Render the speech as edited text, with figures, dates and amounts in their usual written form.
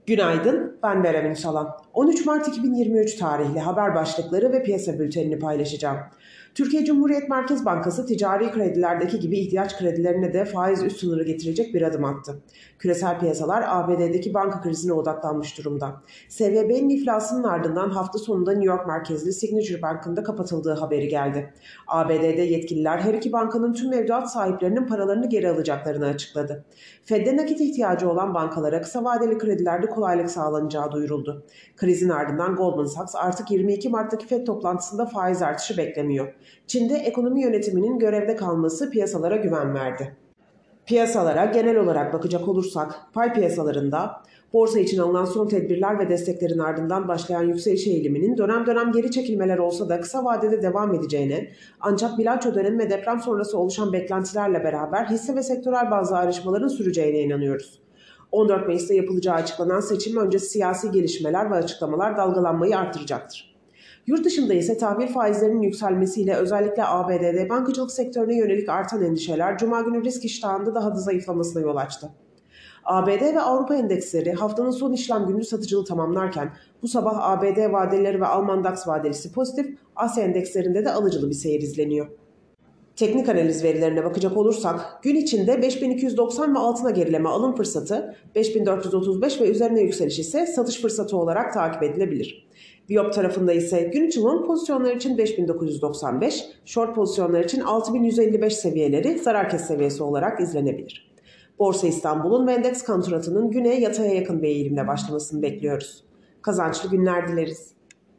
Günaydın, ben Berem İnşalan. 13 Mart 2023 tarihli haber başlıkları ve piyasa bültenini paylaşacağım. Türkiye Cumhuriyet Merkez Bankası ticari kredilerdeki gibi ihtiyaç kredilerine de faiz üst sınırı getirecek bir adım attı. Küresel piyasalar ABD'deki banka krizine odaklanmış durumda. SVB'nin iflasının ardından hafta sonunda New York merkezli Signature Bank'ın da kapatıldığı haberi geldi. ABD'de yetkililer her iki bankanın tüm mevduat sahiplerinin paralarını geri alacaklarını açıkladı. Fed'de nakit ihtiyacı olan bankalara kısa vadeli kredilerde kolaylık sağlanacağı duyuruldu. Krizin ardından Goldman Sachs artık 22 Mart'taki Fed toplantısında faiz artışı beklemiyor. Çin'de ekonomi yönetiminin görevde kalması piyasalara güven verdi. Piyasalara genel olarak bakacak olursak, pay piyasalarında borsa için alınan son tedbirler ve desteklerin ardından başlayan yükseliş eğiliminin dönem dönem geri çekilmeler olsa da kısa vadede devam edeceğine, ancak bilanço dönemi ve deprem sonrası oluşan beklentilerle beraber hisse ve sektörel bazı ayrışmaların süreceğine inanıyoruz. 14 Mayıs'ta yapılacağı açıklanan seçim öncesi siyasi gelişmeler ve açıklamalar dalgalanmayı artıracaktır. Yurt dışında ise tahvil faizlerinin yükselmesiyle özellikle ABD'de bankacılık sektörüne yönelik artan endişeler Cuma günü risk iştahında daha da zayıflamasına yol açtı. ABD ve Avrupa endeksleri haftanın son işlem günü satıcılı tamamlarken bu sabah ABD vadeleri ve Alman DAX vadelisi pozitif, Asya endekslerinde de alıcılı bir seyir izleniyor. Teknik analiz verilerine bakacak olursak gün içinde 5290 ve altına gerileme alım fırsatı, 5435 ve üzerine yükseliş ise satış fırsatı olarak takip edilebilir. Viyop tarafında ise gün içi long pozisyonlar için 5995, short pozisyonlar için 6155 seviyeleri zarar kes seviyesi olarak izlenebilir. Borsa İstanbul'un ve endeks kontratının güne yataya yakın bir eğilimle başlamasını bekliyoruz. Kazançlı günler dileriz.